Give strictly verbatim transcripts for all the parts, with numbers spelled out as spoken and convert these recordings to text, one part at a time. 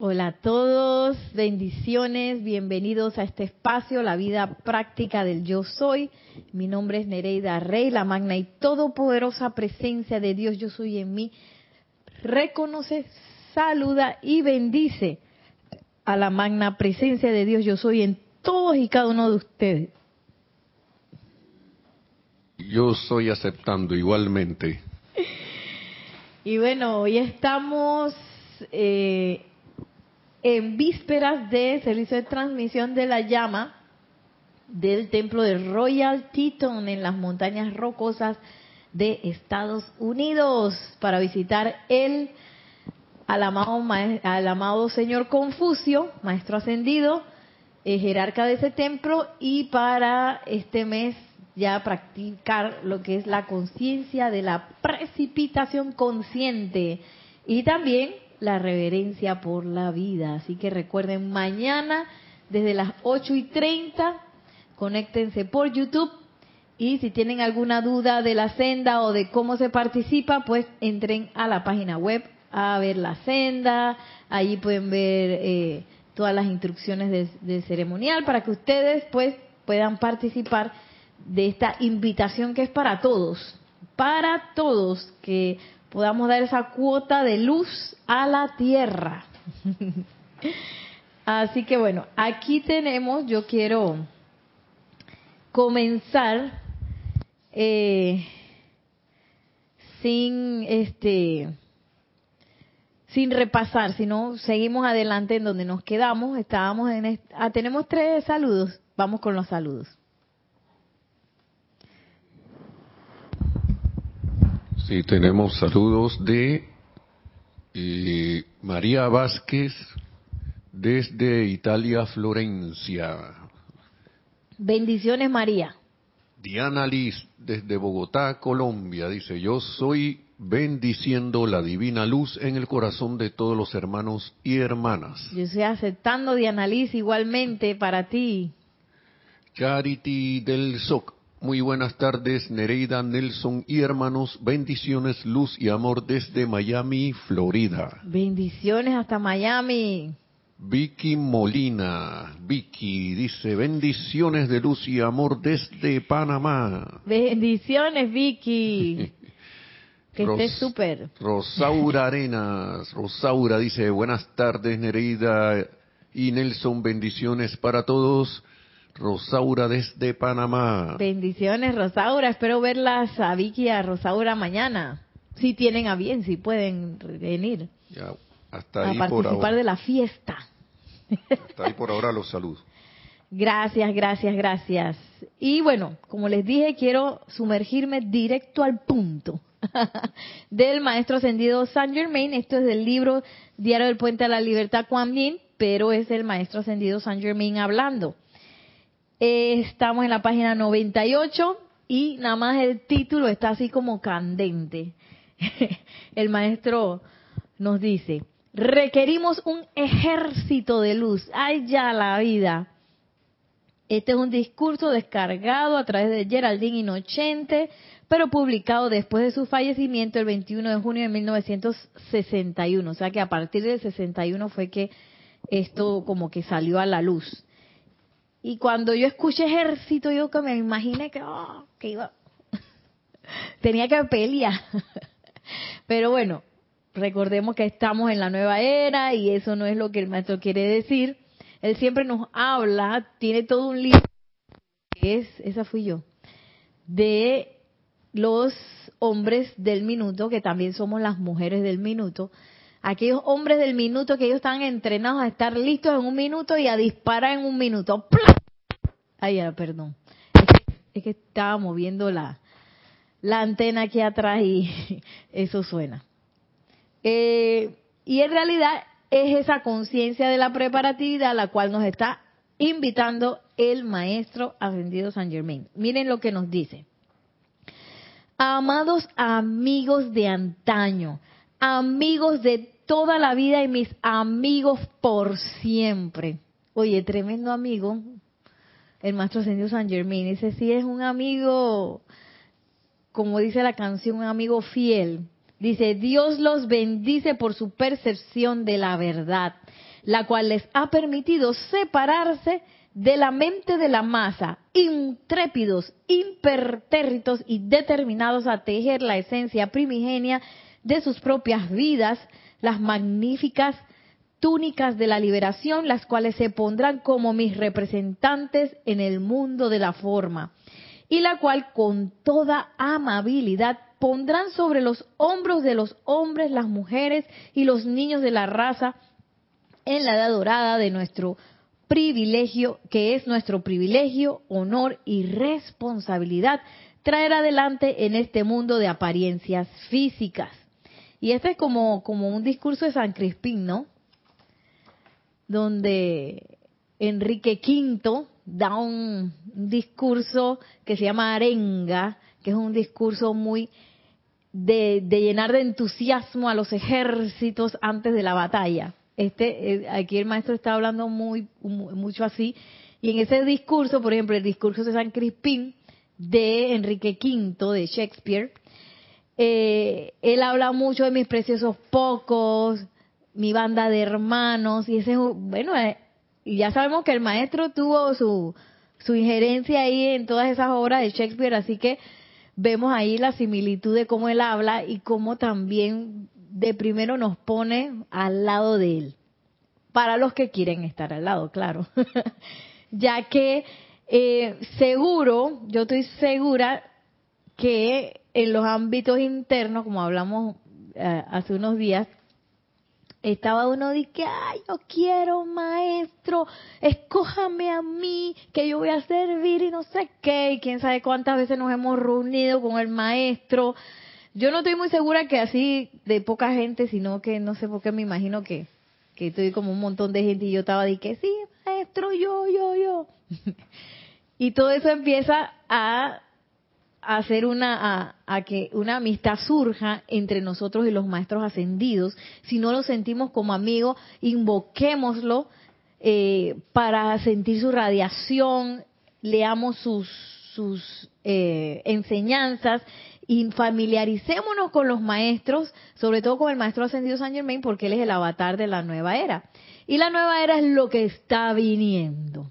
Hola a todos, bendiciones, bienvenidos a este espacio, la vida práctica del Yo Soy. Mi nombre es Nereida Rey, la magna y todopoderosa presencia de Dios Yo Soy en mí. Reconoce, saluda y bendice a la magna presencia de Dios Yo Soy en todos y cada uno de ustedes. Yo soy aceptando igualmente. Y bueno, hoy estamos eh, en vísperas de servicio de transmisión de la llama del templo de Royal Teton en las montañas rocosas de Estados Unidos para visitar el al amado, al amado señor Confucio, maestro ascendido, eh, jerarca de ese templo, y para este mes ya practicar lo que es la conciencia de la precipitación consciente y también la reverencia por la vida. Así que recuerden, mañana desde las ocho y treinta, conéctense por YouTube, y si tienen alguna duda de la senda o de cómo se participa, pues entren a la página web a ver la senda. Allí pueden ver eh, todas las instrucciones de, de ceremonial para que ustedes pues puedan participar de esta invitación que es para todos, para todos, que podamos dar esa cuota de luz a la tierra. Así que bueno, aquí tenemos, yo quiero comenzar eh, sin este sin repasar, sino seguimos adelante en donde nos quedamos. Estábamos en est- ah, tenemos tres saludos, vamos con los saludos. Sí, tenemos saludos de eh, María Vázquez desde Italia, Florencia. Bendiciones, María. Diana Liz desde Bogotá, Colombia, dice: yo soy bendiciendo la divina luz en el corazón de todos los hermanos y hermanas. Yo estoy aceptando, Diana Liz, igualmente para ti. Charity del S O C: muy buenas tardes, Nereida, Nelson y hermanos, bendiciones, luz y amor desde Miami, Florida. Bendiciones hasta Miami. Vicky Molina, Vicky dice: bendiciones de luz y amor desde Panamá. Bendiciones, Vicky. Que Ros, estés súper. Rosaura Arenas, Rosaura dice: buenas tardes, Nereida y Nelson, bendiciones para todos. Rosaura desde Panamá. Bendiciones, Rosaura. Espero verlas a Vicky y a Rosaura mañana. Si tienen a bien, si pueden venir. Ya, hasta a ahí por participar ahora. de la fiesta. Hasta ahí por ahora los saludos. Gracias, gracias, gracias. Y bueno, como les dije, quiero sumergirme directo al punto del maestro ascendido Saint Germain. Esto es del libro Diario del Puente a la Libertad, Kuan Yin, pero es el maestro ascendido Saint Germain hablando. Eh, estamos en la página noventa y ocho y nada más el título está así como candente. El maestro nos dice: requerimos un ejército de luz. ¡Ay, ya la vida! Este es un discurso descargado a través de Geraldine Inocente, pero publicado después de su fallecimiento el veintiuno de junio de mil novecientos sesenta y uno. O sea que a partir del sesenta y uno fue que esto como que salió a la luz. Y cuando yo escuché ejército, yo que me imaginé que, oh, que iba, tenía que pelear. Pero bueno, recordemos que estamos en la nueva era y eso no es lo que el maestro quiere decir. Él siempre nos habla, tiene todo un libro, que es, esa fui yo, de los hombres del minuto, que también somos las mujeres del minuto. Aquellos hombres del minuto que ellos están entrenados a estar listos en un minuto y a disparar en un minuto. ¡Plá! Ay, ya, perdón. Es que, es que estaba moviendo la, la antena aquí atrás y eso suena. Eh, y en realidad es esa conciencia de la preparatividad a la cual nos está invitando el maestro ascendido Saint Germain. Miren lo que nos dice: amados amigos de antaño, amigos de toda la vida y mis amigos por siempre. Oye, tremendo amigo, el maestro ascendido Saint Germain. Dice, si es un amigo, como dice la canción, un amigo fiel. Dice: Dios los bendice por su percepción de la verdad. la cual les ha permitido separarse de la mente de la masa, intrépidos, impertérritos y determinados a tejer la esencia primigenia de sus propias vidas, las magníficas túnicas de la liberación, las cuales se pondrán como mis representantes en el mundo de la forma, y la cual con toda amabilidad pondrán sobre los hombros de los hombres, las mujeres y los niños de la raza en la edad dorada de nuestro privilegio, que es nuestro privilegio, honor y responsabilidad, traer adelante en este mundo de apariencias físicas. Y este es como, como un discurso de San Crispín, ¿no? Donde Enrique quinto da un, un discurso que se llama arenga, que es un discurso muy de, de llenar de entusiasmo a los ejércitos antes de la batalla. Este, aquí el maestro está hablando muy, mucho así, y en ese discurso, por ejemplo, el discurso de San Crispín de Enrique quinto de Shakespeare, eh, él habla mucho de mis preciosos pocos, mi banda de hermanos, y ese, bueno, eh, y ya sabemos que el maestro tuvo su, su injerencia ahí en todas esas obras de Shakespeare, así que vemos ahí la similitud de cómo él habla y cómo también de primero nos pone al lado de él, para los que quieren estar al lado, claro, ya que eh, seguro, yo estoy segura que en los ámbitos internos, como hablamos eh, hace unos días, estaba uno de que, ay, yo quiero maestro, escójame a mí, que yo voy a servir y no sé qué, y quién sabe cuántas veces nos hemos reunido con el maestro. Yo no estoy muy segura que así de poca gente, sino que no sé por qué me imagino que, que estoy como un montón de gente y yo estaba de que, sí, maestro, yo, yo, yo. Y todo eso empieza a hacer una a, a que una amistad surja entre nosotros y los maestros ascendidos. Si no lo sentimos como amigos, invoquémoslo eh, para sentir su radiación, leamos sus sus eh, enseñanzas y familiaricémonos con los maestros, sobre todo con el maestro ascendido Saint Germain, porque él es el avatar de la nueva era. Y la nueva era es lo que está viniendo.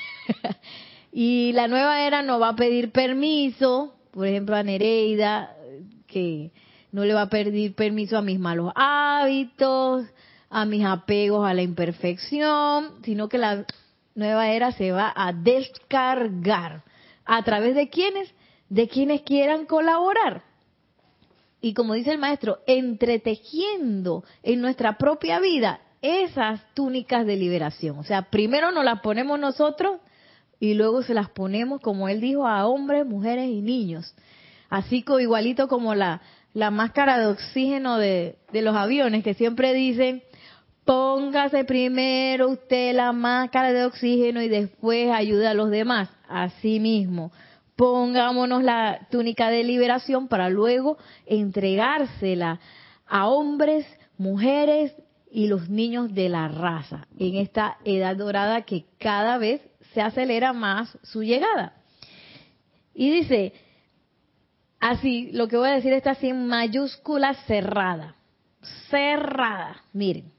Y la nueva era no va a pedir permiso, por ejemplo a Nereida, que no le va a pedir permiso a mis malos hábitos, a mis apegos a la imperfección, sino que la nueva era se va a descargar. ¿A través de quiénes? De quienes quieran colaborar. Y como dice el maestro, entretejiendo en nuestra propia vida esas túnicas de liberación. O sea, primero nos las ponemos nosotros y luego se las ponemos, como él dijo, a hombres, mujeres y niños. Así como igualito como la, la máscara de oxígeno de, de los aviones, que siempre dicen, póngase primero usted la máscara de oxígeno y después ayude a los demás. Así mismo, pongámonos la túnica de liberación para luego entregársela a hombres, mujeres y los niños de la raza en esta edad dorada que cada vez se acelera más su llegada. Y dice, así, lo que voy a decir está así en mayúscula cerrada, cerrada, miren,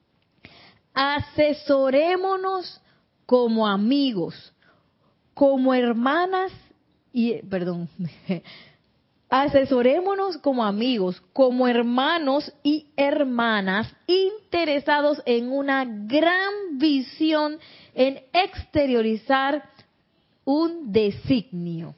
asesorémonos como amigos, como hermanas y, perdón, asesorémonos como amigos, como hermanos y hermanas interesados en una gran visión, en exteriorizar un designio.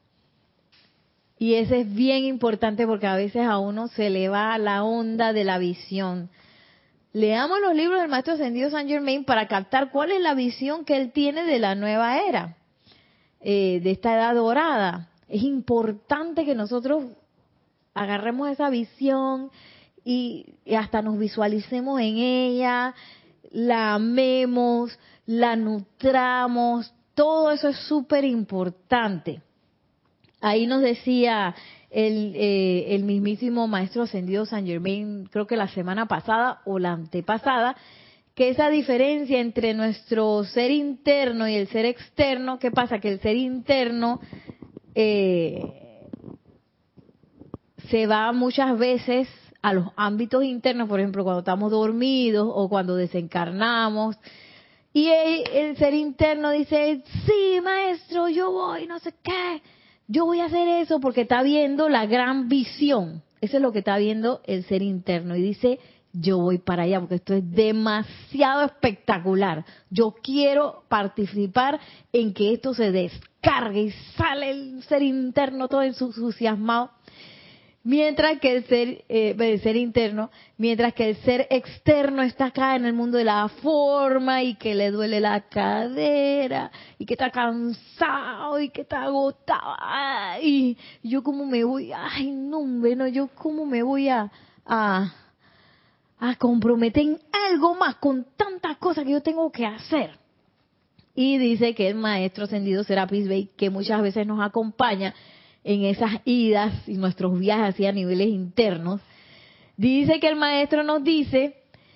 Y eso es bien importante porque a veces a uno se le va la onda de la visión. Leamos los libros del Maestro Ascendido Saint Germain para captar cuál es la visión que él tiene de la nueva era, eh, de esta edad dorada. Es importante que nosotros agarremos esa visión y, y hasta nos visualicemos en ella, la amemos, la nutramos, todo eso es súper importante. Ahí nos decía el, eh, el mismísimo Maestro Ascendido Saint Germain, creo que la semana pasada o la antepasada, que esa diferencia entre nuestro ser interno y el ser externo, ¿qué pasa? Que el ser interno eh, se va muchas veces a los ámbitos internos, por ejemplo, cuando estamos dormidos o cuando desencarnamos. Y el, el ser interno dice, sí, maestro, yo voy, no sé qué, yo voy a hacer eso, porque está viendo la gran visión. Eso es lo que está viendo el ser interno. Y dice, yo voy para allá, porque esto es demasiado espectacular. Yo quiero participar en que esto se descargue y sale el ser interno todo entusiasmado. Mientras que el ser, eh, el ser interno, mientras que el ser externo está acá en el mundo de la forma y que le duele la cadera y que está cansado y que está agotado. Ay, yo cómo me voy, ay no, bueno, yo cómo me voy a, a, a comprometer en algo más con tantas cosas que yo tengo que hacer. Y dice que el maestro ascendido Serapis Bey, que muchas veces nos acompaña en esas idas y nuestros viajes hacia niveles internos, dice que el maestro nos dice,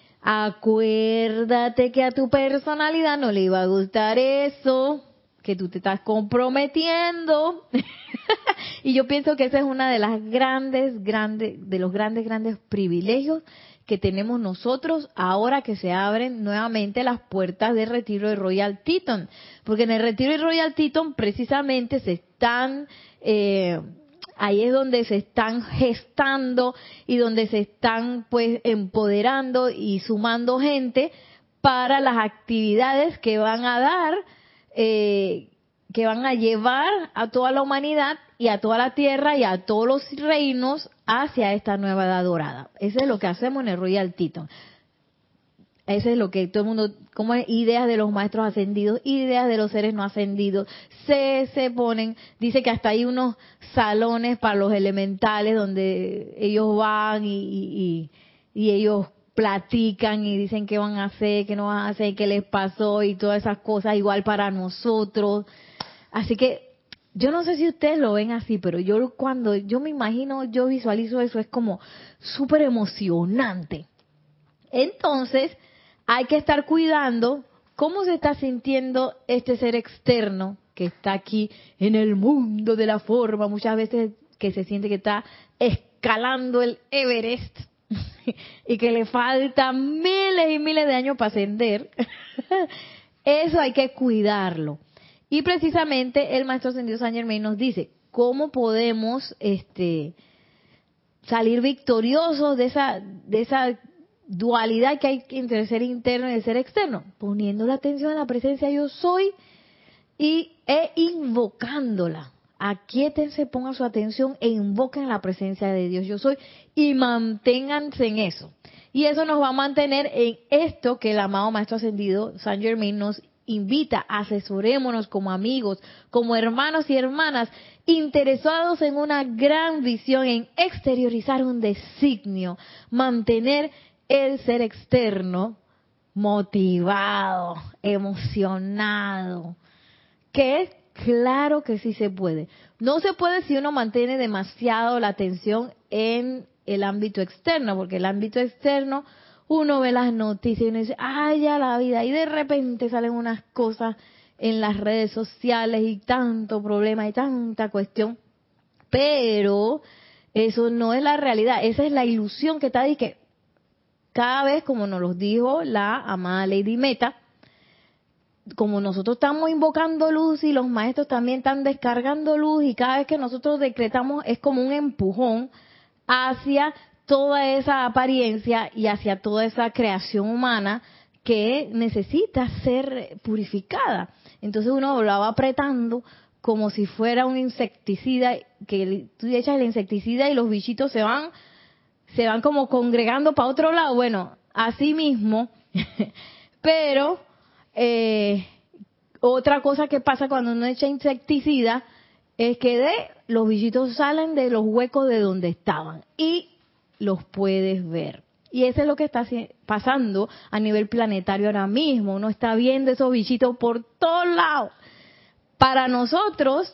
acuérdate que a tu personalidad no le iba a gustar eso, que tú te estás comprometiendo. Y yo pienso que esa es una de las grandes, grandes, de los grandes, grandes privilegios que tenemos nosotros ahora que se abren nuevamente las puertas del retiro de Royal Teton, porque en el retiro de Royal Teton precisamente se están, eh, ahí es donde se están gestando y donde se están pues empoderando y sumando gente para las actividades que van a dar, eh, que van a llevar a toda la humanidad y a toda la tierra y a todos los reinos hacia esta nueva edad dorada. Eso es lo que hacemos en el Royal Teton. Eso es lo que todo el mundo, como es, ideas de los maestros ascendidos, ideas de los seres no ascendidos, se, se ponen, dice que hasta hay unos salones para los elementales donde ellos van y, y, y, y ellos platican y dicen qué van a hacer, qué no van a hacer, qué les pasó y todas esas cosas, igual para nosotros. Así que yo no sé si ustedes lo ven así, pero yo cuando yo me imagino, yo visualizo eso, es como súper emocionante. Entonces, hay que estar cuidando cómo se está sintiendo este ser externo que está aquí en el mundo de la forma, muchas veces que se siente que está escalando el Everest y que le faltan miles y miles de años para ascender. Eso hay que cuidarlo. Y precisamente el maestro ascendido Saint Germain nos dice cómo podemos este salir victoriosos de esa de esa dualidad que hay entre el ser interno y el ser externo, poniendo la atención en la presencia yo soy y e invocándola. Aquíétense, pongan su atención e invoquen la presencia de Dios yo soy y manténganse en eso. Y eso nos va a mantener en esto que el amado maestro ascendido Saint Germain nos invita, asesorémonos como amigos, como hermanos y hermanas, interesados en una gran visión, en exteriorizar un designio, mantener el ser externo motivado, emocionado, que es claro que sí se puede. No se puede si uno mantiene demasiado la atención en el ámbito externo, porque el ámbito externo uno ve las noticias y uno dice, ay, ya la vida, y de repente salen unas cosas en las redes sociales y tanto problema y tanta cuestión, pero eso no es la realidad, esa es la ilusión que está ahí, que cada vez, como nos lo dijo la amada Lady Meta, como nosotros estamos invocando luz y los maestros también están descargando luz, y cada vez que nosotros decretamos es como un empujón hacia toda esa apariencia y hacia toda esa creación humana que necesita ser purificada. Entonces uno lo va apretando como si fuera un insecticida, que tú echas el insecticida y los bichitos se van, se van como congregando para otro lado. Bueno, así mismo, pero eh, otra cosa que pasa cuando uno echa insecticida es que de los bichitos salen de los huecos de donde estaban y los puedes ver. Y eso es lo que está pasando a nivel planetario ahora mismo. Uno está viendo esos bichitos por todos lados. Para nosotros,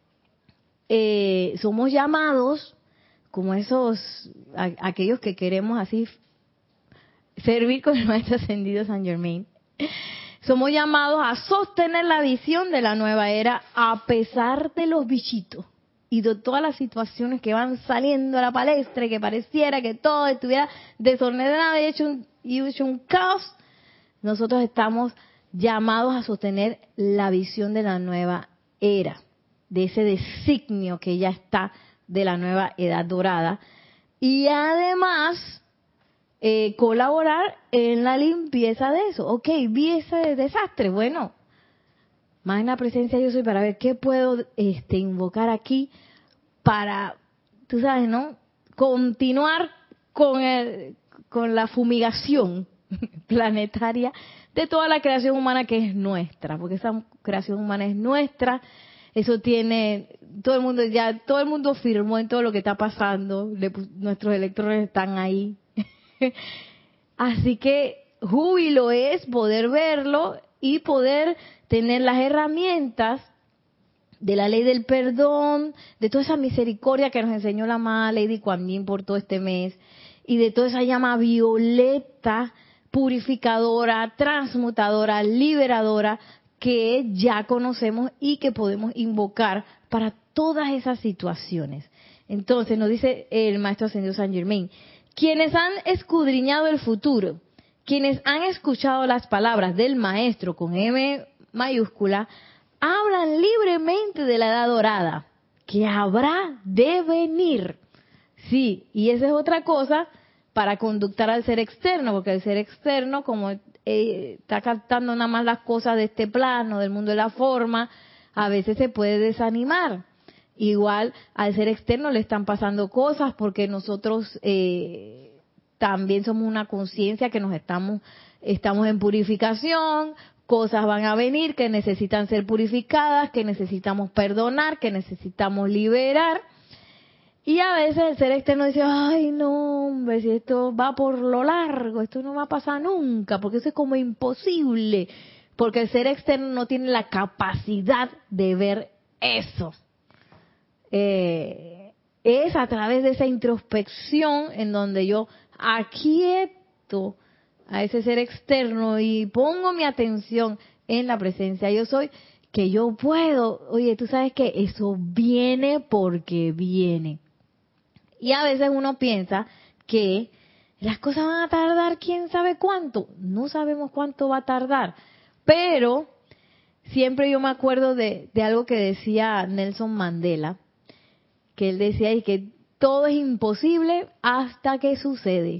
eh, somos llamados, como esos, a, aquellos que queremos así servir con el Maestro Ascendido Saint Germain, somos llamados a sostener la visión de la nueva era a pesar de los bichitos y de todas las situaciones que van saliendo a la palestra y que pareciera que todo estuviera desordenado y hecho un, y hecho un caos, nosotros estamos llamados a sostener la visión de la nueva era, de ese designio que ya está de la nueva edad dorada, y además eh, colaborar en la limpieza de eso. Ok, vi ese desastre, bueno, magna presencia yo soy para ver qué puedo este, invocar aquí para, tú sabes, ¿no? Continuar con el, con la fumigación planetaria de toda la creación humana que es nuestra, porque esa creación humana es nuestra. Eso tiene, todo el mundo ya, todo el mundo firmó en todo lo que está pasando, le, nuestros electrones están ahí. Así que júbilo es poder verlo y poder tener las herramientas de la ley del perdón, de toda esa misericordia que nos enseñó la amada Lady Kuan Yin por todo este mes, y de toda esa llama violeta, purificadora, transmutadora, liberadora, que ya conocemos y que podemos invocar para todas esas situaciones. Entonces nos dice el Maestro Ascendido Saint Germain, quienes han escudriñado el futuro, quienes han escuchado las palabras del Maestro con M mayúscula, hablan libremente de la edad dorada, que habrá de venir. Sí, y esa es otra cosa para conductar al ser externo, porque el ser externo, como eh, está captando nada más las cosas de este plano, del mundo de la forma, a veces se puede desanimar. Igual al ser externo le están pasando cosas porque nosotros eh, también somos una conciencia que nos estamos, estamos en purificación, cosas van a venir que necesitan ser purificadas, que necesitamos perdonar, que necesitamos liberar. Y a veces el ser externo dice, ay no, hombre, si esto va por lo largo, esto no va a pasar nunca, porque eso es como imposible, porque el ser externo no tiene la capacidad de ver eso. Eh, es a través de esa introspección en donde yo aquieto a ese ser externo y pongo mi atención en la presencia yo soy, que yo puedo, oye, tú sabes que eso viene porque viene. Y a veces uno piensa que las cosas van a tardar quién sabe cuánto. No sabemos cuánto va a tardar. Pero siempre yo me acuerdo de, de algo que decía Nelson Mandela, que él decía y que todo es imposible hasta que sucede.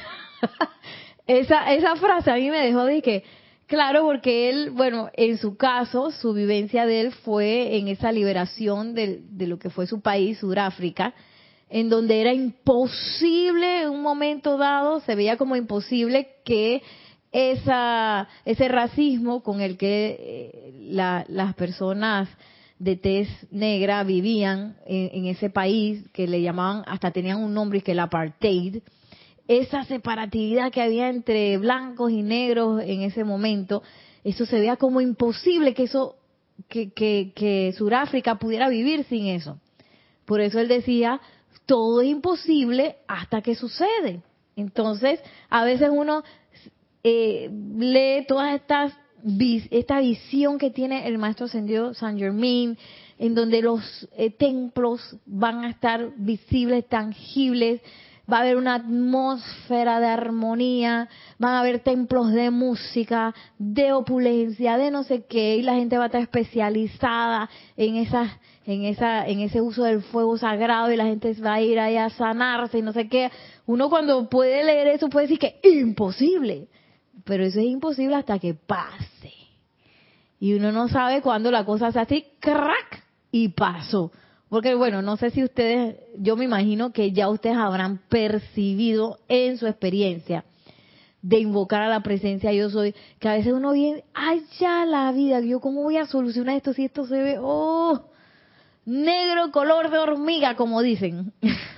esa, esa frase a mí me dejó de que, claro, porque él, bueno, en su caso, su vivencia de él fue en esa liberación de, de lo que fue su país, Sudáfrica, en donde era imposible, en un momento dado, se veía como imposible que esa ese racismo con el que eh, la, las personas de tez negra vivían en, en ese país, que le llamaban, hasta tenían un nombre, que el apartheid, esa separatividad que había entre blancos y negros en ese momento, eso se veía como imposible que eso, que, que, que Sudáfrica pudiera vivir sin eso. Por eso él decía, todo es imposible hasta que sucede. Entonces, a veces uno eh, lee todas estas esta visión que tiene el Maestro Ascendido Saint Germain, en donde los eh, templos van a estar visibles, tangibles, va a haber una atmósfera de armonía, van a haber templos de música, de opulencia, de no sé qué, y la gente va a estar especializada en esas, en esa, en ese uso del fuego sagrado, y la gente va a ir ahí a sanarse y no sé qué. Uno cuando puede leer eso puede decir que es imposible, pero eso es imposible hasta que pase. Y uno no sabe cuándo la cosa hace así, crack, y pasó. Porque bueno, no sé si ustedes, yo me imagino que ya ustedes habrán percibido en su experiencia de invocar a la presencia yo soy, que a veces uno viene, ay ya la vida, yo cómo voy a solucionar esto si esto se ve, oh, negro color de hormiga, como dicen.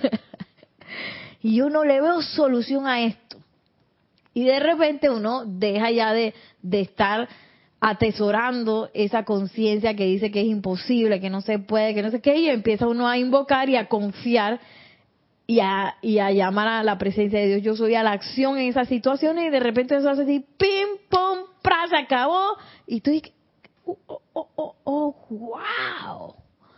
Y yo no le veo solución a esto. Y de repente uno deja ya de, de estar atesorando esa conciencia que dice que es imposible, que no se puede, que no sé qué, y empieza uno a invocar y a confiar y a, y a llamar a la presencia de Dios. Yo soy a la acción en esas situaciones y de repente eso hace así, pim, pum, pra, se acabó. Y tú dices, oh, oh, oh, oh, wow.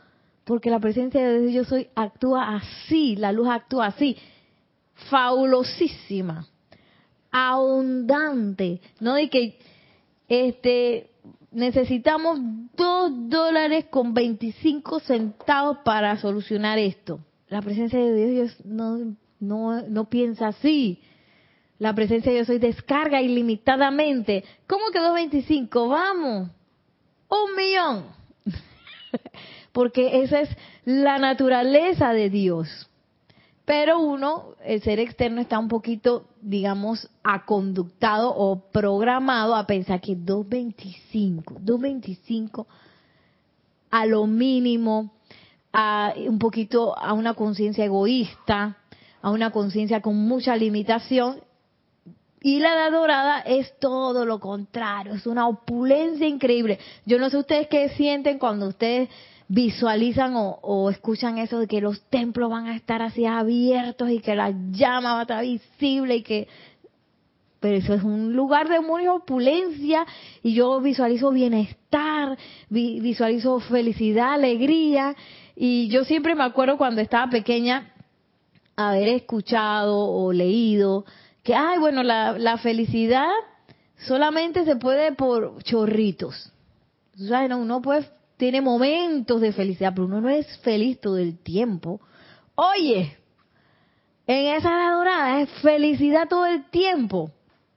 porque la presencia de Dios yo soy actúa así, la luz actúa así, fabulosísima, abundante, no de que este necesitamos dos dólares con veinticinco centavos para solucionar esto. La presencia de Dios no, no, no piensa así. La presencia de Dios soy descarga ilimitadamente. ¿Cómo que dos veinticinco? Vamos, un millón. Porque esa es la naturaleza de Dios. Pero uno, el ser externo, está un poquito, digamos, aconductado o programado a pensar que dos veinticinco, dos veinticinco a lo mínimo, a un poquito a una conciencia egoísta, a una conciencia con mucha limitación. Y la edad dorada es todo lo contrario, es una opulencia increíble. Yo no sé ustedes qué sienten cuando ustedes visualizan o, o escuchan eso de que los templos van a estar así abiertos y que la llama va a estar visible y que... Pero eso es un lugar de mucha opulencia y yo visualizo bienestar, vi, visualizo felicidad, alegría. Y yo siempre me acuerdo cuando estaba pequeña haber escuchado o leído que, ay, bueno, la, la felicidad solamente se puede por chorritos. O sea, no, uno puede, tiene momentos de felicidad, pero uno no es feliz todo el tiempo. Oye, en esa edad dorada es felicidad todo el tiempo.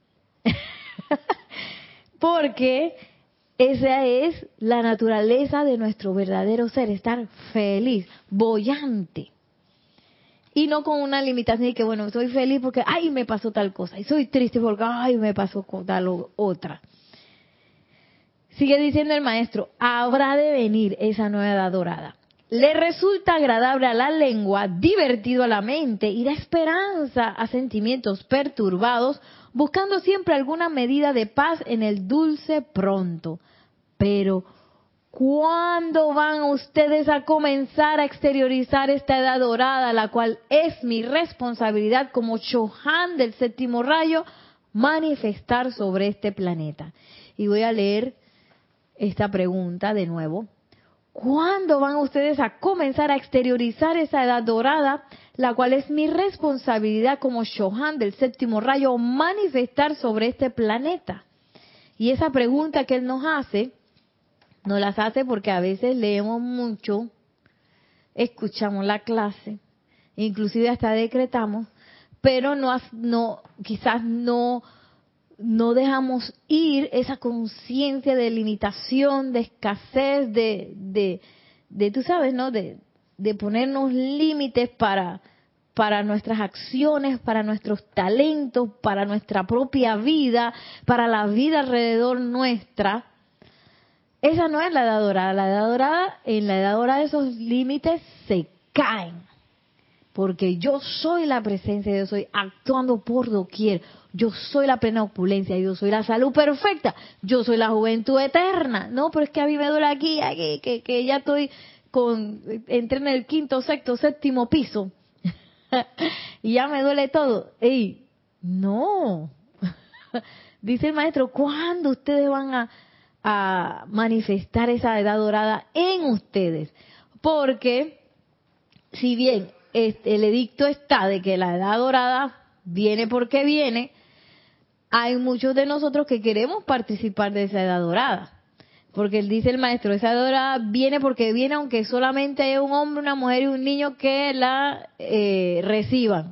Porque esa es la naturaleza de nuestro verdadero ser, estar feliz, boyante. Y no con una limitación de que, bueno, soy feliz porque, ay, me pasó tal cosa. Y soy triste porque, ay, me pasó tal o otra. Sigue diciendo el maestro, habrá de venir esa nueva edad dorada. Le resulta agradable a la lengua, divertido a la mente y da esperanza a sentimientos perturbados, buscando siempre alguna medida de paz en el dulce pronto. Pero, ¿cuándo van ustedes a comenzar a exteriorizar esta edad dorada, la cual es mi responsabilidad como Chohan del séptimo rayo, manifestar sobre este planeta? Y voy a leer esta pregunta de nuevo. ¿Cuándo van ustedes a comenzar a exteriorizar esa edad dorada, la cual es mi responsabilidad como Chohan del séptimo rayo, manifestar sobre este planeta? Y esa pregunta que él nos hace, nos las hace porque a veces leemos mucho, escuchamos la clase, inclusive hasta decretamos, pero no, no quizás no, no dejamos ir esa conciencia de limitación, de escasez, de, de, de tú sabes, ¿no? De, de ponernos límites para, para nuestras acciones, para nuestros talentos, para nuestra propia vida, para la vida alrededor nuestra. Esa no es la edad dorada. La edad dorada, en la edad dorada esos límites se caen. Porque yo soy la presencia, yo soy actuando por doquier. Yo soy la plena opulencia, yo soy la salud perfecta, yo soy la juventud eterna. No, pero es que a mí me duele aquí, aquí que, que ya estoy con, entré en el quinto, sexto, séptimo piso. Y ya me duele todo. ¡Ey! No. Dice el maestro, ¿cuándo ustedes van a, a manifestar esa edad dorada en ustedes? Porque, si bien este, el edicto está de que la edad dorada viene porque viene, hay muchos de nosotros que queremos participar de esa edad dorada. Porque él dice el maestro, esa edad dorada viene porque viene aunque solamente haya un hombre, una mujer y un niño que la eh, reciban.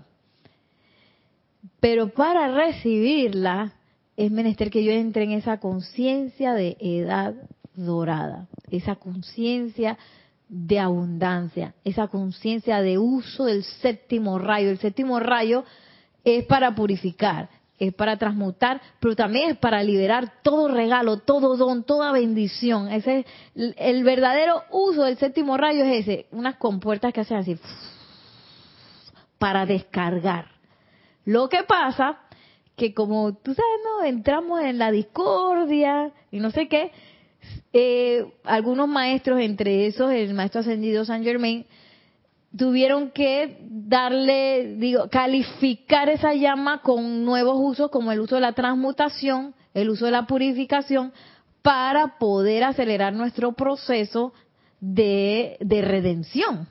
Pero para recibirla es menester que yo entre en esa conciencia de edad dorada, esa conciencia de abundancia, esa conciencia de uso del séptimo rayo. El séptimo rayo es para purificar, es para transmutar, pero también es para liberar todo regalo, todo don, toda bendición. Ese es el, el verdadero uso del séptimo rayo, es ese, unas compuertas que hacen así para descargar. Lo que pasa que como tú sabes, no, entramos en la discordia y no sé qué, eh, algunos maestros, entre esos el maestro ascendido Saint Germain, tuvieron que darle, digo, calificar esa llama con nuevos usos como el uso de la transmutación, el uso de la purificación, para poder acelerar nuestro proceso de, de redención.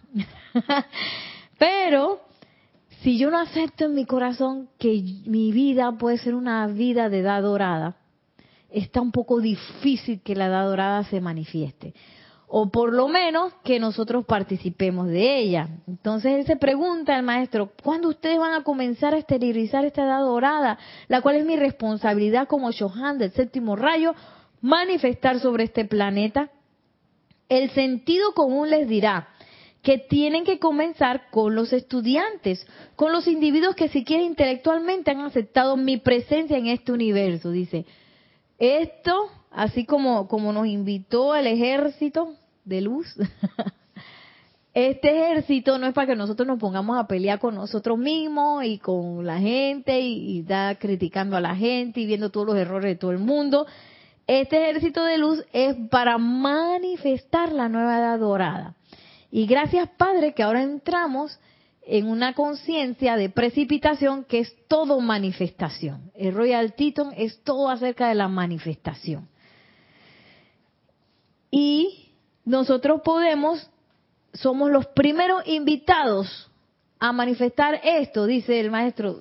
Pero si yo no acepto en mi corazón que mi vida puede ser una vida de edad dorada, está un poco difícil que la edad dorada se manifieste. O por lo menos que nosotros participemos de ella. Entonces él se pregunta al maestro, ¿cuándo ustedes van a comenzar a esterilizar esta edad dorada? La cual es mi responsabilidad como Shohan del séptimo rayo, manifestar sobre este planeta. El sentido común les dirá que tienen que comenzar con los estudiantes, con los individuos que siquiera intelectualmente han aceptado mi presencia en este universo. Dice, esto, así como, como nos invitó el ejército de luz, este ejército no es para que nosotros nos pongamos a pelear con nosotros mismos y con la gente y, y estar criticando a la gente y viendo todos los errores de todo el mundo. Este ejército de luz es para manifestar la nueva edad dorada. Y gracias, Padre, que ahora entramos en una conciencia de precipitación que es todo manifestación. El Royal Teton es todo acerca de la manifestación. Y nosotros podemos, somos los primeros invitados a manifestar esto, dice el maestro.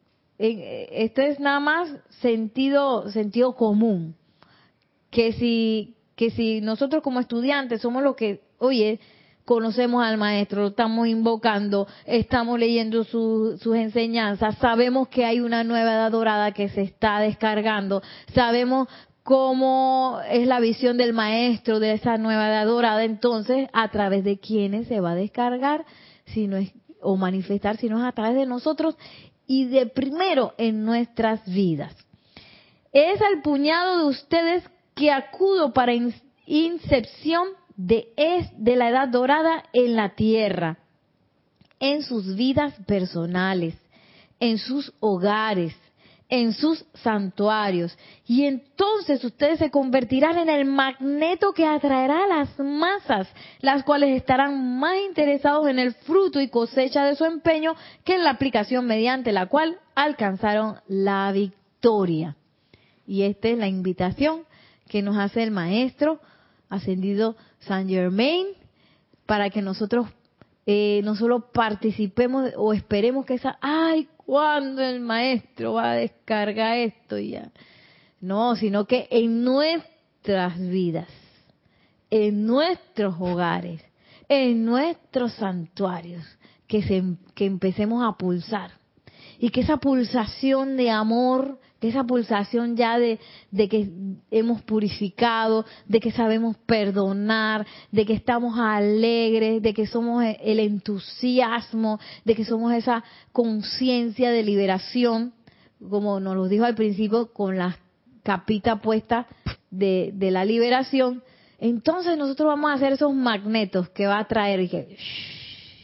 Esto es nada más sentido, sentido común. Que si, que si nosotros como estudiantes somos los que, oye, conocemos al maestro, lo estamos invocando, estamos leyendo su, sus enseñanzas, sabemos que hay una nueva edad dorada que se está descargando, sabemos cómo es la visión del maestro de esa nueva edad dorada, entonces, ¿a través de quiénes se va a descargar si no es, o manifestar, si no es a través de nosotros y de primero en nuestras vidas? Es al puñado de ustedes que acudo para in, incepción de, es, de la edad dorada en la tierra, en sus vidas personales, en sus hogares, en sus santuarios. Y entonces ustedes se convertirán en el magneto que atraerá a las masas, las cuales estarán más interesados en el fruto y cosecha de su empeño que en la aplicación mediante la cual alcanzaron la victoria. Y esta es la invitación que nos hace el Maestro Ascendido Saint Germain para que nosotros eh, no solo participemos o esperemos que esa, ay, ¿cuándo el Maestro va a descargar esto ya? No, sino que en nuestras vidas, en nuestros hogares, en nuestros santuarios, que, se, que empecemos a pulsar. Y que esa pulsación de amor, que esa pulsación ya de, de que hemos purificado, de que sabemos perdonar, de que estamos alegres, de que somos el entusiasmo, de que somos esa conciencia de liberación, como nos lo dijo al principio, con la capita puesta de, de la liberación, entonces nosotros vamos a hacer esos magnetos que va a traer y que... Shh,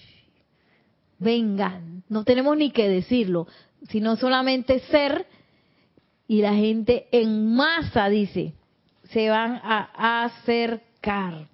vengan, no tenemos ni que decirlo, sino solamente ser, y la gente en masa, dice, se van a acercar.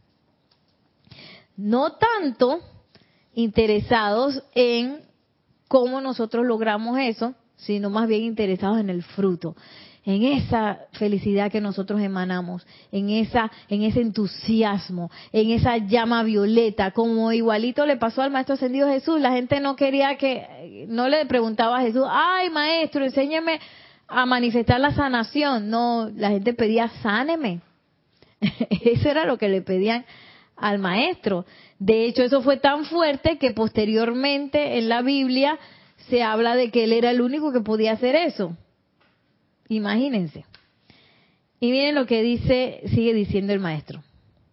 No tanto interesados en cómo nosotros logramos eso, sino más bien interesados en el fruto, en esa felicidad que nosotros emanamos, en esa, en ese entusiasmo, en esa llama violeta, como igualito le pasó al Maestro Ascendido Jesús. La gente no quería que, no le preguntaba a Jesús, ay Maestro, enséñeme a manifestar la sanación. No, la gente pedía, sáneme. Eso era lo que le pedían al Maestro. De hecho, eso fue tan fuerte que posteriormente en la Biblia se habla de que él era el único que podía hacer eso. Imagínense. Y miren lo que dice, sigue diciendo el maestro.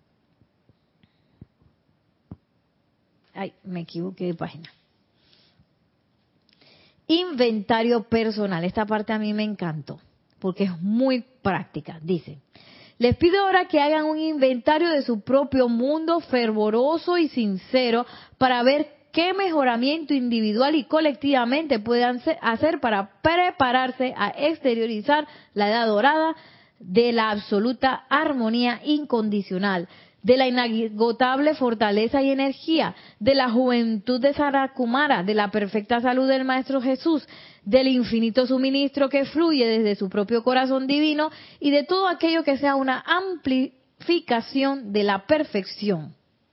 Ay, me equivoqué de página. Inventario personal. Esta parte a mí me encantó, porque es muy práctica. Dice, les pido ahora que hagan un inventario de su propio mundo fervoroso y sincero para ver qué mejoramiento individual y colectivamente puedan hacer para prepararse a exteriorizar la edad dorada de la absoluta armonía incondicional, de la inagotable fortaleza y energía, de la juventud de Sarakumara, de la perfecta salud del Maestro Jesús, del infinito suministro que fluye desde su propio corazón divino y de todo aquello que sea una amplificación de la perfección.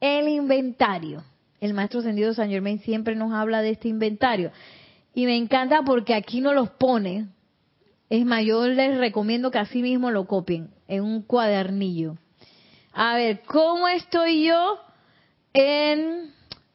el inventario. El maestro ascendido Saint Germain siempre nos habla de este inventario. Y me encanta porque aquí no los pone. Es más, yo les recomiendo que así mismo lo copien en un cuadernillo. A ver, ¿cómo estoy yo en...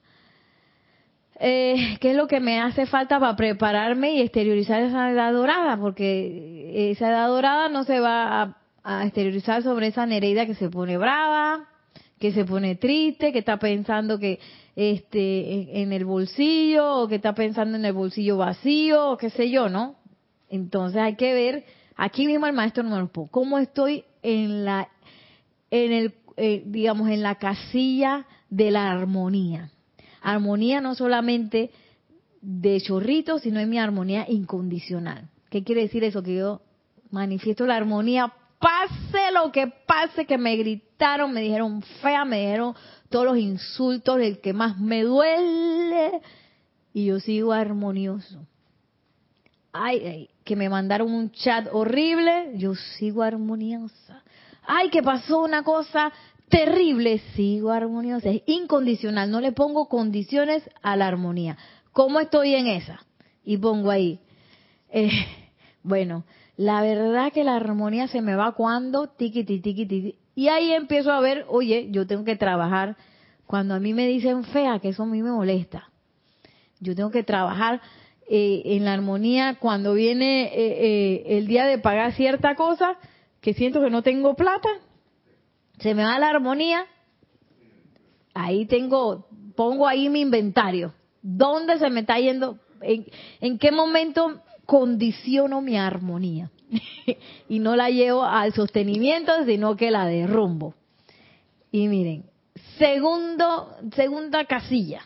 Eh, ¿qué es lo que me hace falta para prepararme y exteriorizar esa edad dorada? Porque esa edad dorada no se va a, a exteriorizar sobre esa Nereida que se pone brava, que se pone triste, que está pensando que este en, en el bolsillo, o que está pensando en el bolsillo vacío, o qué sé yo, ¿no? Entonces hay que ver, aquí mismo el maestro no me lo pone, cómo estoy en la, en el, eh, digamos, en la casilla de la armonía. Armonía no solamente de chorrito, sino en mi armonía incondicional. ¿Qué quiere decir eso? Que yo manifiesto la armonía, pase lo que pase, que me gritaron, me dijeron fea, me dijeron todos los insultos, el que más me duele, y yo sigo armonioso. Ay, ay, que me mandaron un chat horrible, yo sigo armoniosa. Ay, que pasó una cosa terrible, sigo armoniosa. Es incondicional, no le pongo condiciones a la armonía. ¿Cómo estoy en esa? Y pongo ahí. Eh, bueno, la verdad que la armonía se me va cuando tiquiti, tiquiti. Y ahí empiezo a ver, oye, yo tengo que trabajar. Cuando a mí me dicen fea, que eso a mí me molesta. Yo tengo que trabajar eh, en la armonía cuando viene eh, eh, el día de pagar cierta cosa, que siento que no tengo plata, se me va la armonía, ahí tengo, pongo ahí mi inventario. ¿Dónde se me está yendo? ¿En, en qué momento condiciono mi armonía? Y no la llevo al sostenimiento, sino que la derrumbo. Y miren, segundo, segunda casilla.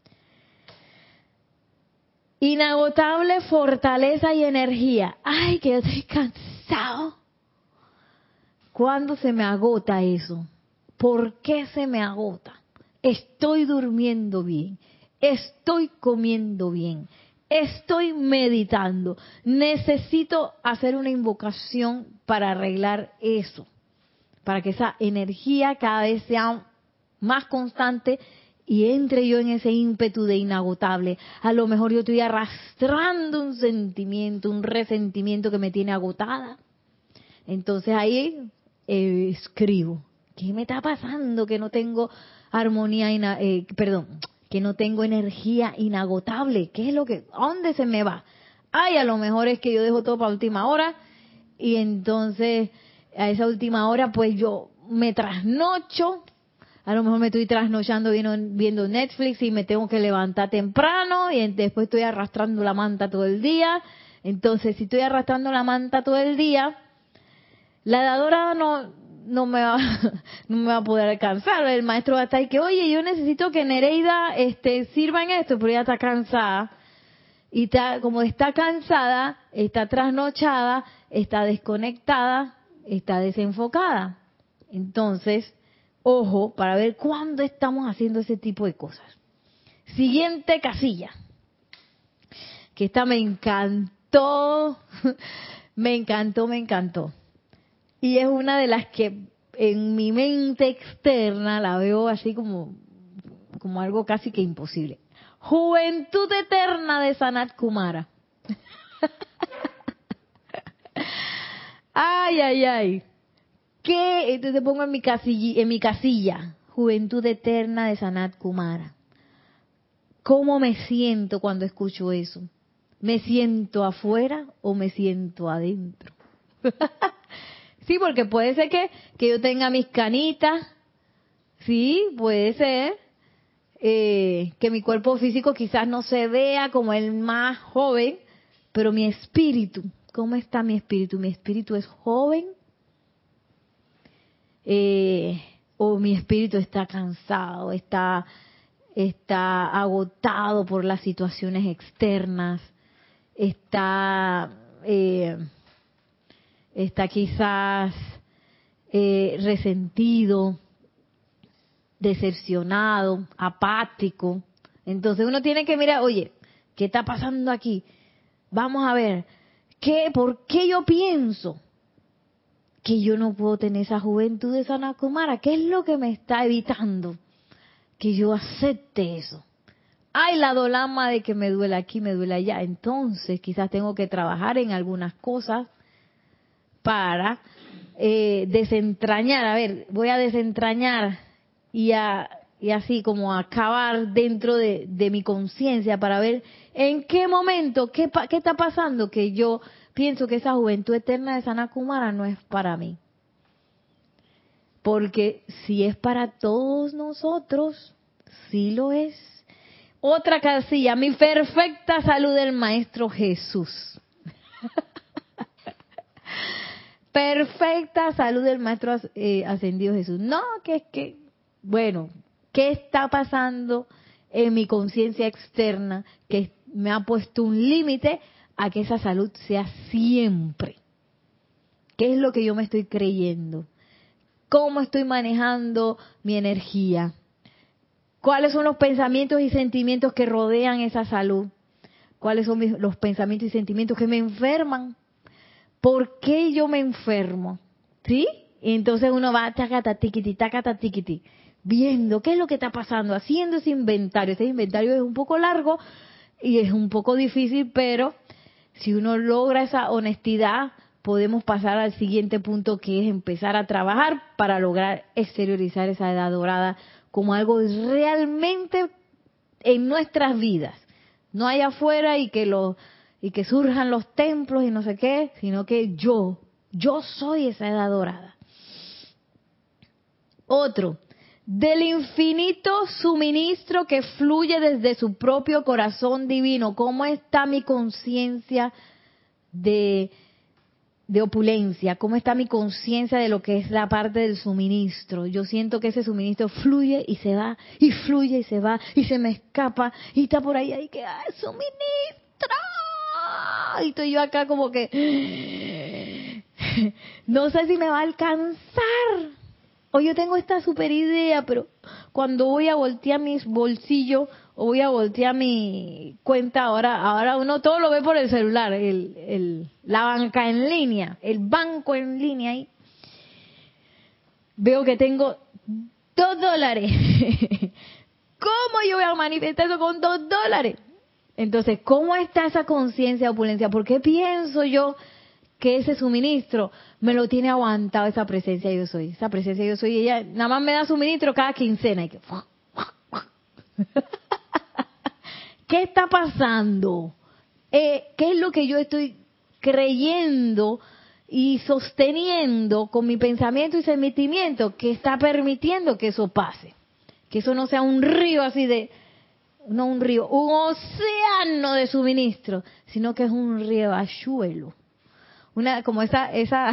Inagotable fortaleza y energía. Ay, que yo estoy cansado. ¿Cuándo se me agota eso? ¿Por qué se me agota? Estoy durmiendo bien, estoy comiendo bien, estoy meditando. Necesito hacer una invocación para arreglar eso, para que esa energía cada vez sea más constante y entre yo en ese ímpetu de inagotable. A lo mejor yo estoy arrastrando un sentimiento, un resentimiento que me tiene agotada. Entonces ahí eh, escribo, ¿qué me está pasando? Que no tengo armonía, ina, eh, perdón, que no tengo energía inagotable. ¿Qué es lo que, a dónde se me va? Ay, a lo mejor es que yo dejo todo para última hora y entonces a esa última hora pues yo me trasnocho. A lo mejor me estoy trasnochando viendo, viendo Netflix y me tengo que levantar temprano y después estoy arrastrando la manta todo el día. Entonces, si estoy arrastrando la manta todo el día, la edad dorada no, no, me va, no me va a poder alcanzar. El maestro va a estar ahí que, oye, yo necesito que Nereida este, sirva en esto, pero ella está cansada. Y está, como está cansada, está trasnochada, está desconectada, está desenfocada. Entonces, ojo, para ver cuándo estamos haciendo ese tipo de cosas. Siguiente casilla, que esta me encantó, me encantó, me encantó. Y es una de las que en mi mente externa la veo así como, como algo casi que imposible. Juventud eterna de Sanat Kumara. Ay, ay, ay. ¿Qué? Entonces pongo en mi casilla, en mi casilla, Juventud eterna de Sanat Kumara. ¿Cómo me siento cuando escucho eso? ¿Me siento afuera o me siento adentro? Sí, porque puede ser que, que yo tenga mis canitas, sí, puede ser, eh, que mi cuerpo físico quizás no se vea como el más joven, pero mi espíritu, ¿cómo está mi espíritu? ¿Mi espíritu es joven? Eh, ¿O mi espíritu está cansado, está, está agotado por las situaciones externas, está... Eh, está quizás eh, resentido, decepcionado, apático? Entonces uno tiene que mirar, oye, ¿qué está pasando aquí? Vamos a ver, ¿qué, ¿por qué yo pienso que yo no puedo tener esa juventud de Sanat Kumara? ¿Qué es lo que me está evitando? que yo acepte eso. Ay, la dolama de que me duele aquí, me duele allá. Entonces, quizás tengo que trabajar en algunas cosas para eh, desentrañar. A ver, voy a desentrañar y, a, y así como acabar dentro de, de mi conciencia para ver en qué momento, qué, qué está pasando que yo pienso que esa juventud eterna de Sanat Kumara no es para mí. Porque si es para todos nosotros, sí lo es. Otra casilla, mi perfecta salud del Maestro Jesús. Perfecta salud del Maestro eh, Ascendido Jesús. No, que es que, bueno, ¿qué está pasando en mi conciencia externa que me ha puesto un límite a que esa salud sea siempre? ¿Qué es lo que yo me estoy creyendo? ¿Cómo estoy manejando mi energía? ¿Cuáles son los pensamientos y sentimientos que rodean esa salud? ¿Cuáles son mis, los pensamientos y sentimientos que me enferman? ¿Por qué yo me enfermo? ¿Sí? Y entonces uno va tacata tiquiti, tacata tiquiti, viendo qué es lo que está pasando, haciendo ese inventario. Ese inventario es un poco largo y es un poco difícil, pero si uno logra esa honestidad, podemos pasar al siguiente punto, que es empezar a trabajar para lograr exteriorizar esa edad dorada como algo realmente en nuestras vidas. No allá afuera y que lo y que surjan los templos y no sé qué, sino que yo, yo soy esa edad dorada. Otro, del infinito suministro que fluye desde su propio corazón divino. ¿Cómo está mi conciencia de de opulencia? ¿Cómo está mi conciencia de lo que es la parte del suministro? Yo siento que ese suministro fluye y se va, y fluye y se va, y se me escapa, y está por ahí, ahí que, ¡ah, suministro! Y estoy yo acá como que, no sé si me va a alcanzar. O yo tengo esta super idea, pero cuando voy a voltear mis bolsillos, o voy a voltear mi cuenta, ahora ahora uno todo lo ve por el celular, el, el la banca en línea, el banco en línea ahí. Veo que tengo dos dólares. ¿Cómo yo voy a manifestar eso con dos dólares? Entonces, ¿cómo está esa conciencia de opulencia? ¿Por qué pienso yo que ese suministro me lo tiene aguantado esa presencia yo soy? Esa presencia yo soy, ella nada más me da suministro cada quincena. Y que, ¿qué está pasando? Eh, ¿Qué es lo que yo estoy creyendo y sosteniendo con mi pensamiento y sentimiento que está permitiendo que eso pase? Que eso no sea un río así de, no un río, un océano de suministro, sino que es un riachuelo. Una, como esa, esa,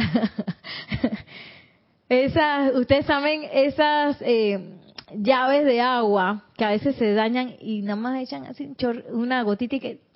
esas, ustedes saben, esas eh, llaves de agua que a veces se dañan y nada más echan así un chor, una gotita y que...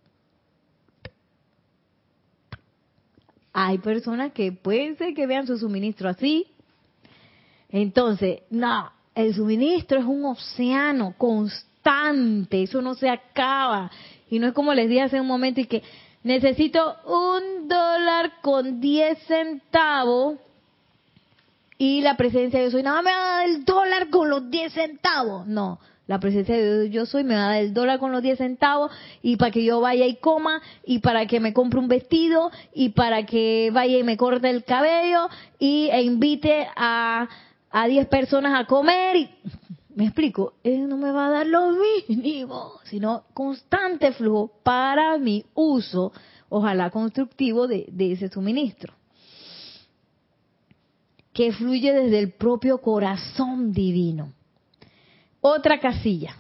Hay personas que pueden ser que vean su suministro así. Entonces, no, el suministro es un océano constante, eso no se acaba. Y no es como les dije hace un momento y que necesito un dólar con diez centavos y la presencia de yo soy, nada me va a dar el dólar con los diez centavos. No, la presencia de yo soy me va a dar el dólar con los diez centavos y para que yo vaya y coma y para que me compre un vestido y para que vaya y me corte el cabello y e invite a a diez personas a comer y me explico, él no me va a dar lo mínimo, sino constante flujo para mi uso, ojalá constructivo, de, de ese suministro, que fluye desde el propio corazón divino. Otra casilla.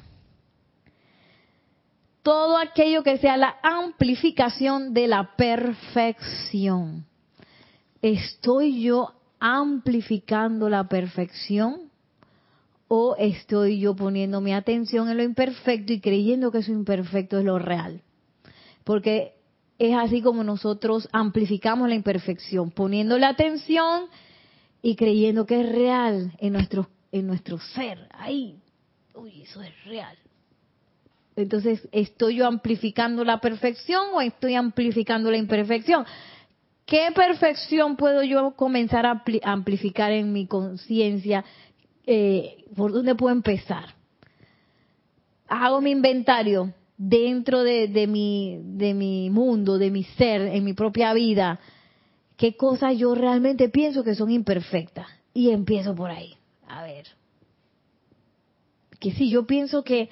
Todo aquello que sea la amplificación de la perfección. ¿Estoy yo amplificando la perfección? ¿O estoy yo poniendo mi atención en lo imperfecto y creyendo que eso imperfecto es lo real? Porque es así como nosotros amplificamos la imperfección, poniendo la atención y creyendo que es real en nuestro, en nuestro ser. ¡Ay! ¡Uy, eso es real! Entonces, ¿estoy yo amplificando la perfección o estoy amplificando la imperfección? ¿Qué perfección puedo yo comenzar a amplificar en mi conciencia? Eh, ¿Por dónde puedo empezar? hago mi inventario dentro de, de mi de mi mundo, de mi ser, en mi propia vida, qué cosas yo realmente pienso que son imperfectas. Y empiezo por ahí. A ver. Que sí, yo pienso que,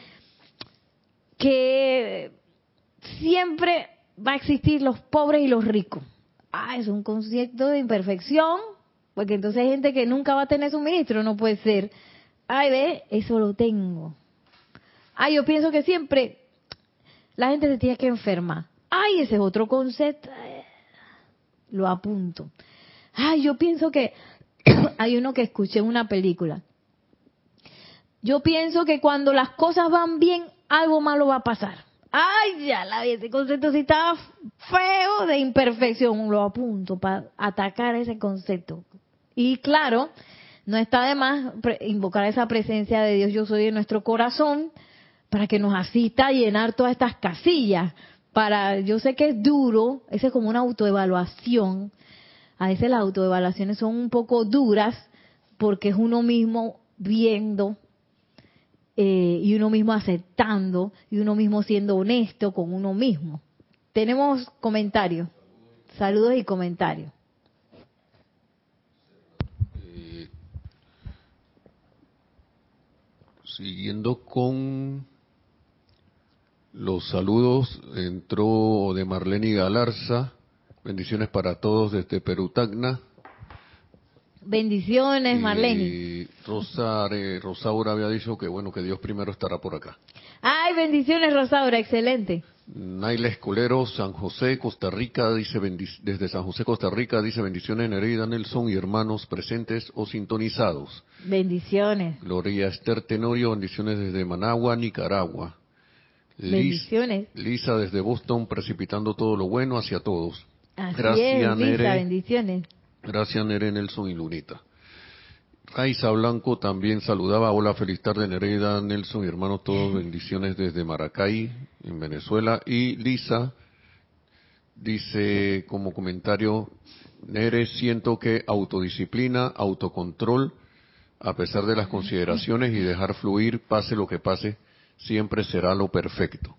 que siempre va a existir los pobres y los ricos. Ah, es un concepto de imperfección, porque entonces hay gente que nunca va a tener suministro, no puede ser. Ay, ve, eso lo tengo. Ah, yo pienso que siempre la gente se tiene que enfermar. Ay, ese es otro concepto. Lo apunto. Ay, yo pienso que hay uno que escuché en una película. Yo pienso que cuando las cosas van bien, algo malo va a pasar. Ay, ya la vi, ese concepto sí estaba feo de imperfección. Lo apunto para atacar ese concepto. Y claro, no está de más invocar esa presencia de Dios yo soy en nuestro corazón para que nos asista a llenar todas estas casillas. Para, yo sé que es duro, esa es como una autoevaluación. A veces las autoevaluaciones son un poco duras porque es uno mismo viendo eh, y uno mismo aceptando y uno mismo siendo honesto con uno mismo. Tenemos comentarios, saludos y comentarios. Eh, siguiendo con los saludos, entró de Marlene Galarza. Bendiciones para todos desde Perú, Tacna. Bendiciones, Marlene. Y Rosa, eh, Rosaura había dicho que bueno, que Dios primero estará por acá. Ay, bendiciones, Rosaura, excelente. Naila Escolero, San José, Costa Rica, dice bendic- desde San José, Costa Rica, dice bendiciones Nereida, Nelson y hermanos presentes o sintonizados. Bendiciones. Gloria Esther Tenorio, bendiciones desde Managua, Nicaragua. Liz, Bendiciones. Lisa desde Boston, precipitando todo lo bueno hacia todos. Así Gracias, es, Lisa, Nere. bendiciones. Gracias, Nere, Nelson y Lunita. Raiza Blanco también saludaba. Hola, feliz tarde, Nereida, Nelson y hermanos, todos bendiciones desde Maracay, en Venezuela. Y Lisa dice como comentario, Nere, siento que autodisciplina, autocontrol, a pesar de las consideraciones y dejar fluir, pase lo que pase, siempre será lo perfecto.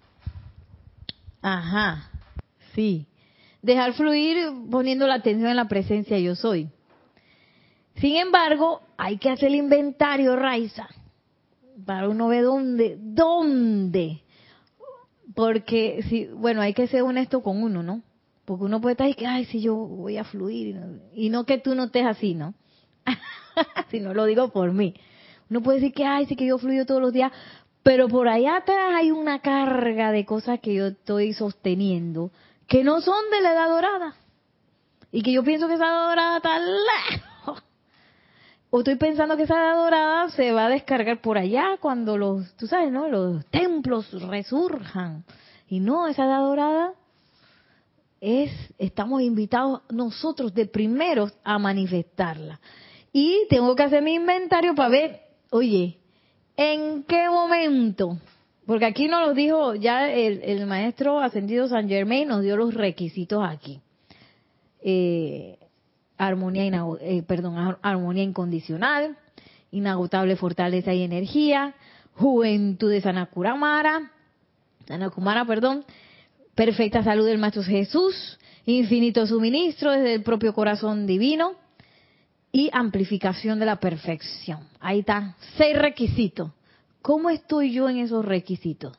Ajá, sí. Dejar fluir poniendo la atención en la presencia yo soy. Sin embargo, hay que hacer el inventario, Raiza, para uno ver dónde, dónde. Porque, si, bueno, hay que ser honesto con uno, ¿no? Porque uno puede estar y que, ay, si yo voy a fluir. Y no, y no que tú no estés así, ¿no? Si no lo digo por mí. Uno puede decir que, ay, sí que yo fluyo todos los días. Pero por allá atrás hay una carga de cosas que yo estoy sosteniendo que no son de la edad dorada. Y que yo pienso que esa edad dorada está lejos. O estoy pensando que esa edad dorada se va a descargar por allá cuando los, tú sabes, ¿no? Los templos resurjan. Y no, esa edad dorada es, estamos invitados nosotros de primeros a manifestarla. Y tengo que hacer mi inventario para ver, oye, ¿en qué momento? Porque aquí nos lo dijo ya el, el maestro ascendido Saint Germain, nos dio los requisitos aquí. Eh, armonía, inago- eh, perdón, ar- armonía incondicional, inagotable fortaleza y energía, juventud de Sanakuramara, Sanakumara, perdón, perfecta salud del Maestro Jesús, infinito suministro desde el propio corazón divino y amplificación de la perfección. Ahí está, seis requisitos. ¿Cómo estoy yo en esos requisitos?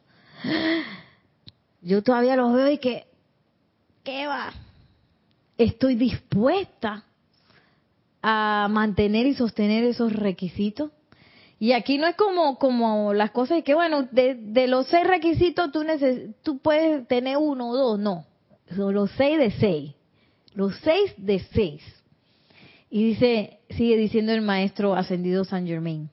Yo todavía los veo y que, ¿qué va? ¿Estoy dispuesta a mantener y sostener esos requisitos? Y aquí no es como como las cosas que, bueno, de, de los seis requisitos tú, neces tú puedes tener uno o dos, no. Son los seis de seis. Los seis de seis. Y dice, sigue diciendo el maestro ascendido Saint Germain.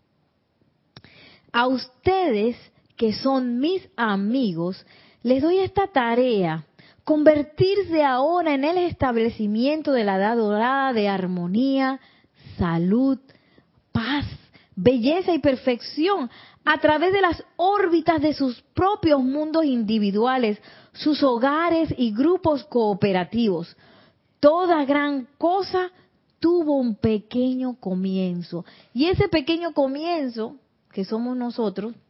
A ustedes, que son mis amigos, les doy esta tarea: convertirse ahora en el establecimiento de la edad dorada de armonía, salud, paz, belleza y perfección a través de las órbitas de sus propios mundos individuales, sus hogares y grupos cooperativos. Toda gran cosa tuvo un pequeño comienzo. Y ese pequeño comienzo, que somos nosotros,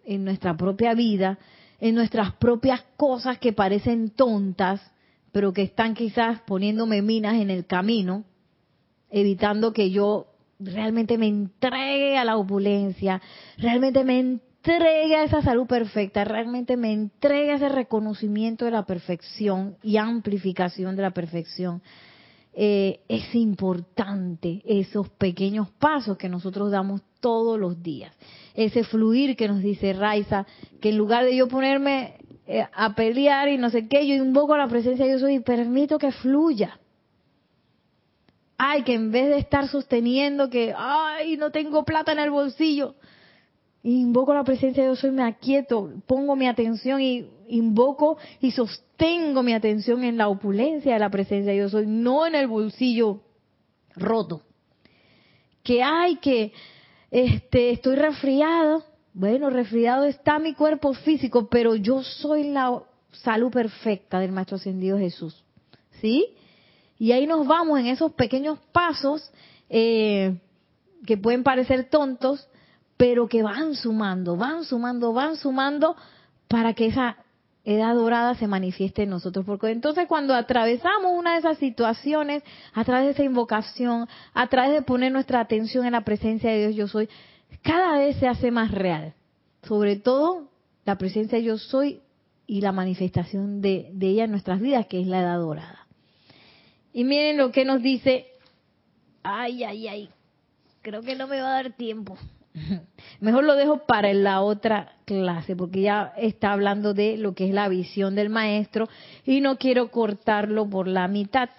en nuestra propia vida, en nuestras propias cosas que parecen tontas, pero que están quizás poniéndome minas en el camino, evitando que yo realmente me entregue a la opulencia, realmente me entregue a esa salud perfecta, realmente me entregue a ese reconocimiento de la perfección y amplificación de la perfección. Eh, es importante esos pequeños pasos que nosotros damos todos los días. Ese fluir que nos dice Raiza, que en lugar de yo ponerme eh, a pelear y no sé qué, yo invoco la presencia de Yo Soy y permito que fluya. Ay, que en vez de estar sosteniendo que, ay, no tengo plata en el bolsillo, invoco la presencia de Yo Soy, me aquieto, pongo mi atención y invoco y sostengo mi atención en la opulencia de la presencia de Yo Soy, no en el bolsillo roto. Que hay que, este, estoy resfriado, bueno, resfriado está mi cuerpo físico, pero yo soy la salud perfecta del Maestro Ascendido Jesús, ¿sí? Y ahí nos vamos en esos pequeños pasos eh, que pueden parecer tontos, pero que van sumando, van sumando, van sumando para que esa edad dorada se manifieste en nosotros. Porque entonces cuando atravesamos una de esas situaciones, a través de esa invocación, a través de poner nuestra atención en la presencia de Dios Yo Soy, cada vez se hace más real. Sobre todo la presencia de Yo Soy y la manifestación de, de ella en nuestras vidas, que es la edad dorada. Y miren lo que nos dice, ay, ay, ay, creo que no me va a dar tiempo. Mejor lo dejo para la otra clase, porque ya está hablando de lo que es la visión del maestro y no quiero cortarlo por la mitad.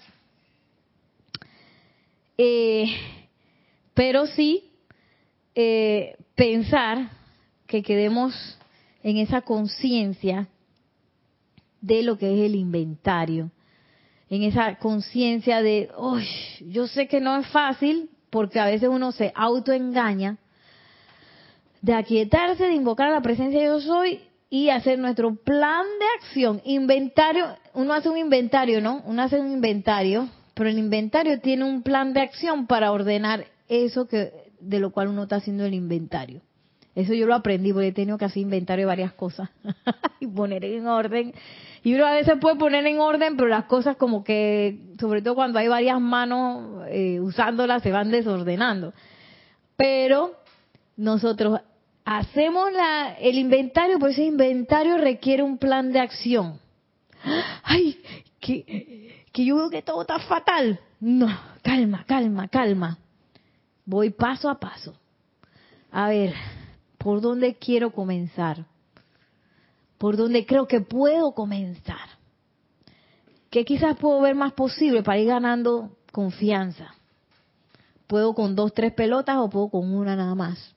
Eh, pero sí eh, pensar que quedemos en esa conciencia de lo que es el inventario, en esa conciencia de, uy, yo sé que no es fácil, porque a veces uno se autoengaña, de aquietarse, de invocar a la presencia de Yo Soy y hacer nuestro plan de acción, inventario. Uno hace un inventario, ¿no? Uno hace un inventario, pero el inventario tiene un plan de acción para ordenar eso que de lo cual uno está haciendo el inventario. Eso yo lo aprendí porque he tenido que hacer inventario de varias cosas y poner en orden. Y uno a veces puede poner en orden, pero las cosas como que, sobre todo cuando hay varias manos eh, usándolas, se van desordenando. Pero nosotros hacemos la, el inventario, pero ese inventario requiere un plan de acción. ¡Ay! Que, que yo veo que todo está fatal. No, calma, calma, calma. Voy paso a paso. A ver, ¿por dónde quiero comenzar? ¿Por dónde creo que puedo comenzar? ¿Qué quizás puedo ver más posible para ir ganando confianza? ¿Puedo con dos, tres pelotas o puedo con una nada más?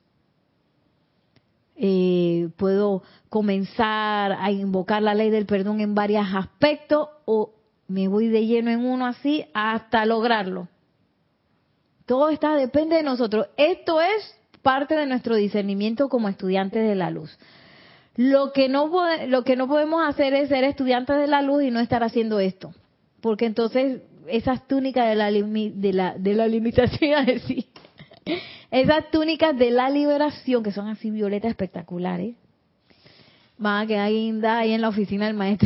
Eh, ¿Puedo comenzar a invocar la ley del perdón en varios aspectos o me voy de lleno en uno así hasta lograrlo? Todo está, depende de nosotros. Esto es parte de nuestro discernimiento como estudiantes de la luz. Lo que no lo que no podemos hacer es ser estudiantes de la luz y no estar haciendo esto, porque entonces esas túnicas de la de la de la limitación, decir, esas túnicas de la liberación que son así violetas espectaculares, van a quedar guindadas ahí en la oficina del maestro.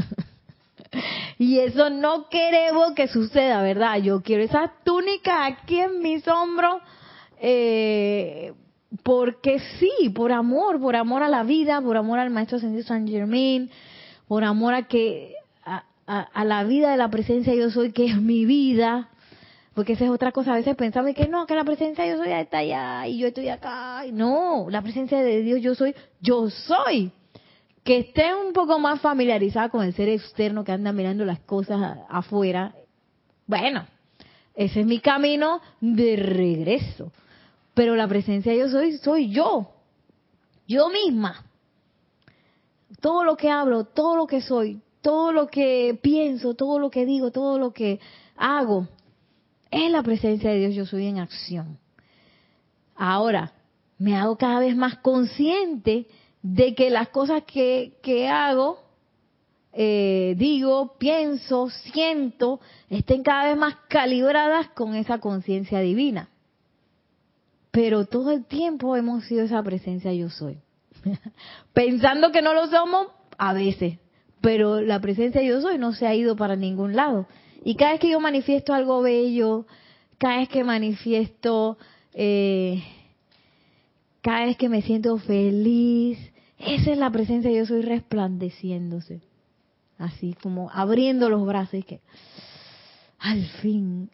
Y eso no queremos que suceda, ¿verdad? Yo quiero esas túnicas aquí en mis hombros. Eh, Porque sí, por amor, por amor a la vida, por amor al Maestro Ascendido Saint Germain, por amor a que a, a, a la vida de la presencia Yo Soy, que es mi vida, porque esa es otra cosa. A veces pensamos que no, que la presencia Yo Soy está allá y yo estoy acá. No, la presencia de Dios Yo Soy, yo soy. Que esté un poco más familiarizada con el ser externo que anda mirando las cosas a, afuera. Bueno, ese es mi camino de regreso. Pero la presencia Yo Soy, soy yo. Yo misma. Todo lo que hablo, todo lo que soy, todo lo que pienso, todo lo que digo, todo lo que hago, es la presencia de Dios Yo Soy en acción. Ahora, me hago cada vez más consciente de que las cosas que, que hago, eh, digo, pienso, siento, estén cada vez más calibradas con esa conciencia divina. Pero todo el tiempo hemos sido esa presencia Yo Soy. Pensando que no lo somos, a veces. Pero la presencia de yo soy no se ha ido para ningún lado. Y cada vez que yo manifiesto algo bello, cada vez que manifiesto, eh, cada vez que me siento feliz, esa es la presencia de yo soy resplandeciéndose. Así como abriendo los brazos y que, al fin.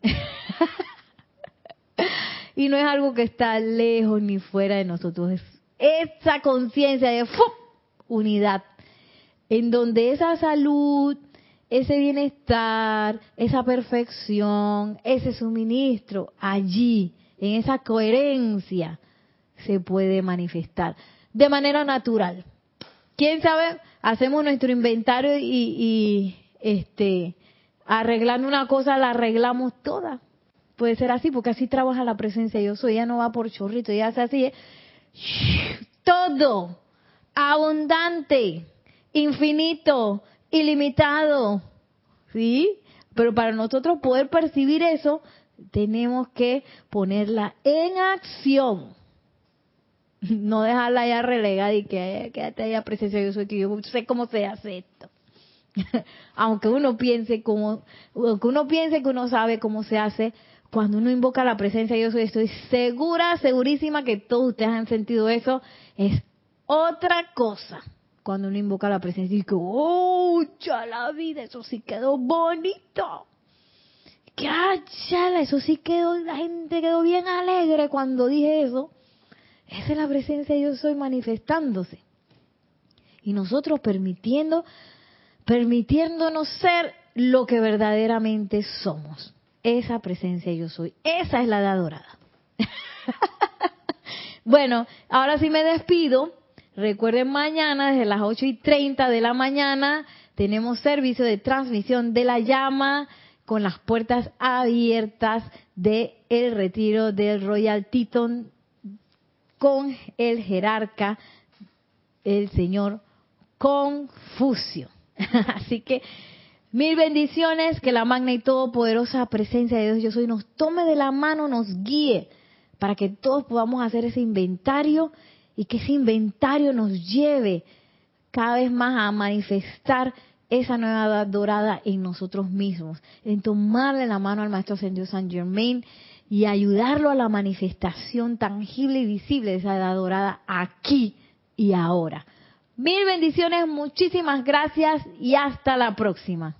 Y no es algo que está lejos ni fuera de nosotros, es esa conciencia de ¡fum! Unidad, en donde esa salud, ese bienestar, esa perfección, ese suministro, allí, en esa coherencia, se puede manifestar de manera natural. ¿Quién sabe? Hacemos nuestro inventario y, y este, arreglando una cosa, la arreglamos toda. Puede ser así, porque así trabaja la presencia yo soy. Ella no va por chorrito, ella hace así, ¿eh? Todo, abundante, infinito, ilimitado, ¿sí? Pero para nosotros poder percibir eso, tenemos que ponerla en acción. No dejarla ya relegada y que quédate allá presencia yo soy, que yo sé cómo se hace esto. Aunque uno piense como, aunque uno piense que uno sabe cómo se hace, cuando uno invoca la presencia yo soy, estoy segura, segurísima que todos ustedes han sentido eso, es otra cosa. Cuando uno invoca la presencia y que, oh, chala vida, eso sí quedó bonito. Que, ah, chala, eso sí quedó, la gente quedó bien alegre cuando dije eso. Esa es la presencia yo soy manifestándose. Y nosotros permitiendo, permitiéndonos ser lo que verdaderamente somos. Esa presencia yo soy. Esa es la edad dorada. Bueno, ahora sí me despido. Recuerden, mañana desde las ocho y treinta de la mañana tenemos servicio de transmisión de la llama con las puertas abiertas del retiro del Royal Teton con el jerarca, el señor Confucio. Así que mil bendiciones, que la magna y todopoderosa presencia de Dios yo soy nos tome de la mano, nos guíe para que todos podamos hacer ese inventario y que ese inventario nos lleve cada vez más a manifestar esa nueva edad dorada en nosotros mismos, en tomarle la mano al Maestro Ascendido Saint Germain y ayudarlo a la manifestación tangible y visible de esa edad dorada aquí y ahora. Mil bendiciones, muchísimas gracias y hasta la próxima.